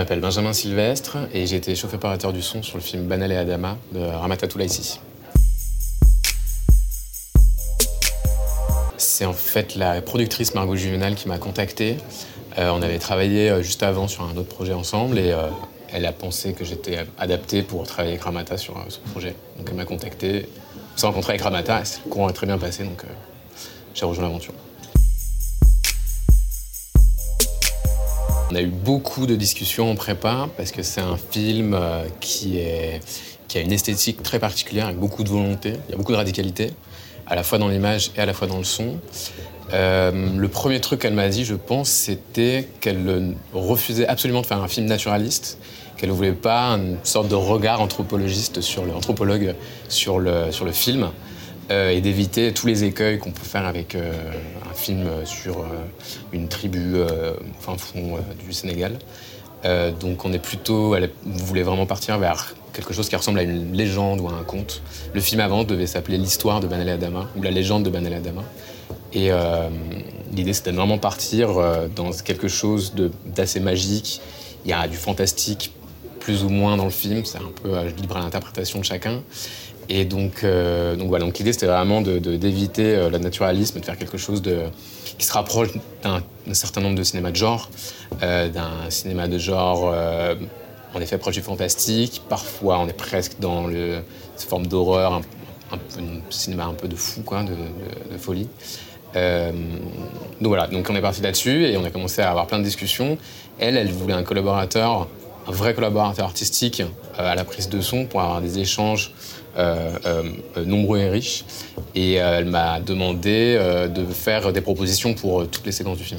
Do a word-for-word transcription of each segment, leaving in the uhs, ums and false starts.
m'appelle Benjamin Sylvestre et j'ai été chauffeur opérateur du son sur le film Banal et Adama de Ramata Toulaïsi. C'est en fait la productrice Margot Juvenal qui m'a contacté. Euh, on avait travaillé euh, juste avant sur un autre projet ensemble et euh, elle a pensé que j'étais adapté pour travailler avec Ramata sur euh, ce projet. Donc elle m'a contacté. On s'est rencontré avec Ramata et le courant est très bien passé, donc euh, j'ai rejoint l'aventure. On a eu beaucoup de discussions en prépa parce que c'est un film euh, qui, est, qui a une esthétique très particulière avec beaucoup de volonté, il y a beaucoup de radicalité, à la fois dans l'image et à la fois dans le son. Euh, le premier truc qu'elle m'a dit, je pense, c'était qu'elle refusait absolument de faire un film naturaliste, qu'elle ne voulait pas une sorte de regard anthropologiste sur le, anthropologue sur le, sur le film, euh, et d'éviter tous les écueils qu'on peut faire avec euh, un film sur euh, une tribu euh, au fin fond euh, du Sénégal. Euh, donc on est plutôt, elle voulait vraiment partir vers quelque chose qui ressemble à une légende ou à un conte. Le film avant devait s'appeler L'histoire de Banal et Adama, ou La légende de Banal et Adama. Et euh, l'idée, c'était de vraiment partir euh, dans quelque chose d'assez magique. Il y a du fantastique, plus ou moins dans le film, c'est un peu euh, libre à l'interprétation de chacun. Et donc, euh, donc voilà, donc l'idée, c'était vraiment de, de, d'éviter euh, le naturalisme, de faire quelque chose de, qui se rapproche d'un, d'un certain nombre de cinémas de genre, euh, d'un cinéma de genre, euh, en effet, proche du fantastique. Parfois, on est presque dans le, cette forme d'horreur, un, un, un cinéma un peu de fou, quoi, de, de, de folie. Euh, donc voilà, donc on est parti là-dessus et on a commencé à avoir plein de discussions. Elle, elle voulait un collaborateur, un vrai collaborateur artistique euh, à la prise de son pour avoir des échanges euh, euh, nombreux et riches. Et euh, elle m'a demandé euh, de faire des propositions pour euh, toutes les séquences du film.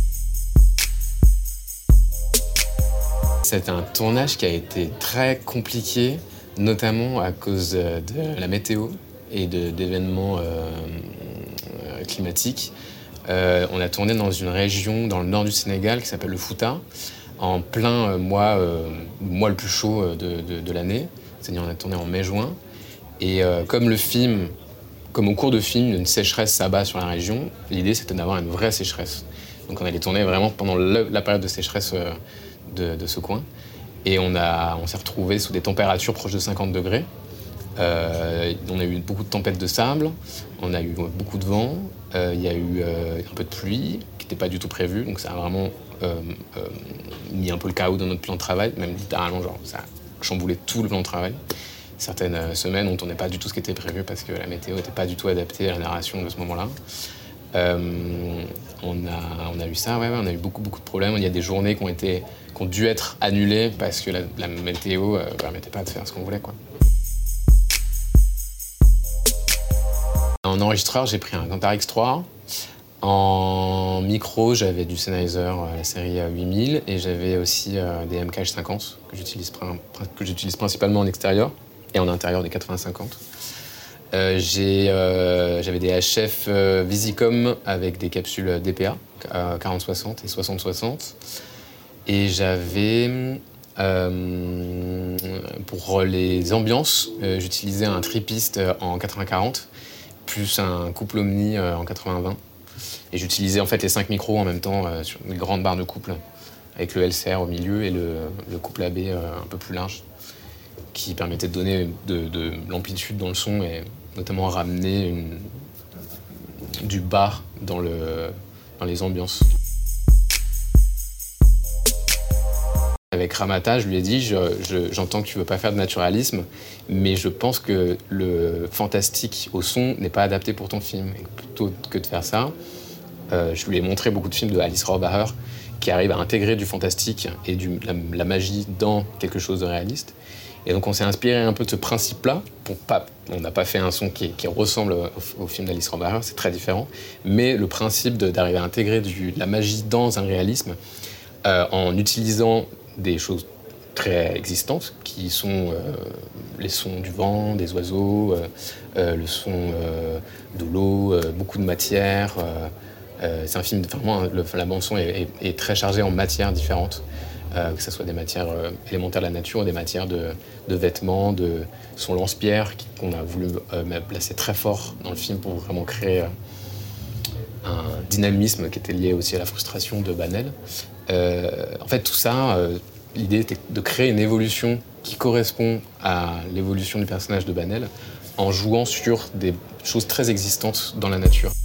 C'est un tournage qui a été très compliqué, notamment à cause de la météo et de, d'événements euh, climatiques. Euh, on a tourné dans une région dans le nord du Sénégal qui s'appelle le Fouta, en plein euh, mois, euh, mois le plus chaud de, de, de l'année. C'est-à-dire on a tourné en mai-juin. Et euh, comme le film, comme au cours de film, une sécheresse s'abat sur la région, l'idée c'était d'avoir une vraie sécheresse. Donc on allait tourner vraiment pendant le, la période de sécheresse euh, de, de ce coin. Et on, a, on s'est retrouvés sous des températures proches de cinquante degrés. Euh, on a eu beaucoup de tempêtes de sable, on a eu beaucoup de vent, euh, il y a eu euh, un peu de pluie qui n'était pas du tout prévu, donc ça a vraiment euh, euh, mis un peu le chaos dans notre plan de travail, même littéralement, genre, ça a chamboulé tout le plan de travail. Certaines euh, semaines, on ne tournait pas du tout ce qui était prévu parce que la météo n'était pas du tout adaptée à la narration de ce moment-là. Euh, on, a, on a eu ça, ouais, ouais, on a eu beaucoup, beaucoup de problèmes. Il y a des journées qui ont, été, qui ont dû être annulées parce que la, la météo ne euh, permettait pas de faire ce qu'on voulait, quoi. En enregistreur, j'ai pris un Kantar X trois. En micro, j'avais du Sennheiser, la série huit mille, et j'avais aussi euh, des M K H cinquante que j'utilise, que j'utilise principalement en extérieur et en intérieur des quatre-vingts cinquante. Euh, j'ai, euh, j'avais des H F euh, Visicom avec des capsules D P A, euh, quarante soixante et soixante soixante. Et j'avais, euh, pour les ambiances, euh, j'utilisais un tripiste en quatre-vingts quarante, plus un couple Omni euh, en quatre-vingts vingt. Et j'utilisais en fait les cinq micros en même temps euh, sur une grande barre de couple, avec le L C R au milieu et le, le couple A B euh, un peu plus large, qui permettait de donner de, de l'amplitude dans le son et notamment ramener une, du bas dans, le, dans les ambiances. Avec Ramata, je lui ai dit, je, je, j'entends que tu veux pas faire de naturalisme, mais je pense que le fantastique au son n'est pas adapté pour ton film. Et plutôt que de faire ça, euh, je lui ai montré beaucoup de films de Alice Rohrbacher qui arrivent à intégrer du fantastique et du, la, la magie dans quelque chose de réaliste. Et donc on s'est inspiré un peu de ce principe-là. Pour pas, on n'a pas fait un son qui, qui ressemble au, au film d'Alice Rohrbacher, c'est très différent. Mais le principe de, d'arriver à intégrer du, de la magie dans un réalisme, euh, en utilisant des choses très existantes, qui sont euh, les sons du vent, des oiseaux, euh, euh, le son euh, de l'eau, euh, beaucoup de matière. Euh, euh, c'est un film, vraiment, le, la bande-son est, est, est très chargée en matières différentes, euh, que ce soit des matières euh, élémentaires de la nature ou des matières de, de vêtements, de son lance-pierre, qu'on a voulu euh, placer très fort dans le film pour vraiment créer euh, un dynamisme qui était lié aussi à la frustration de Banel. Euh, en fait, tout ça, euh, L'idée était de créer une évolution qui correspond à l'évolution du personnage de Banel en jouant sur des choses très existantes dans la nature.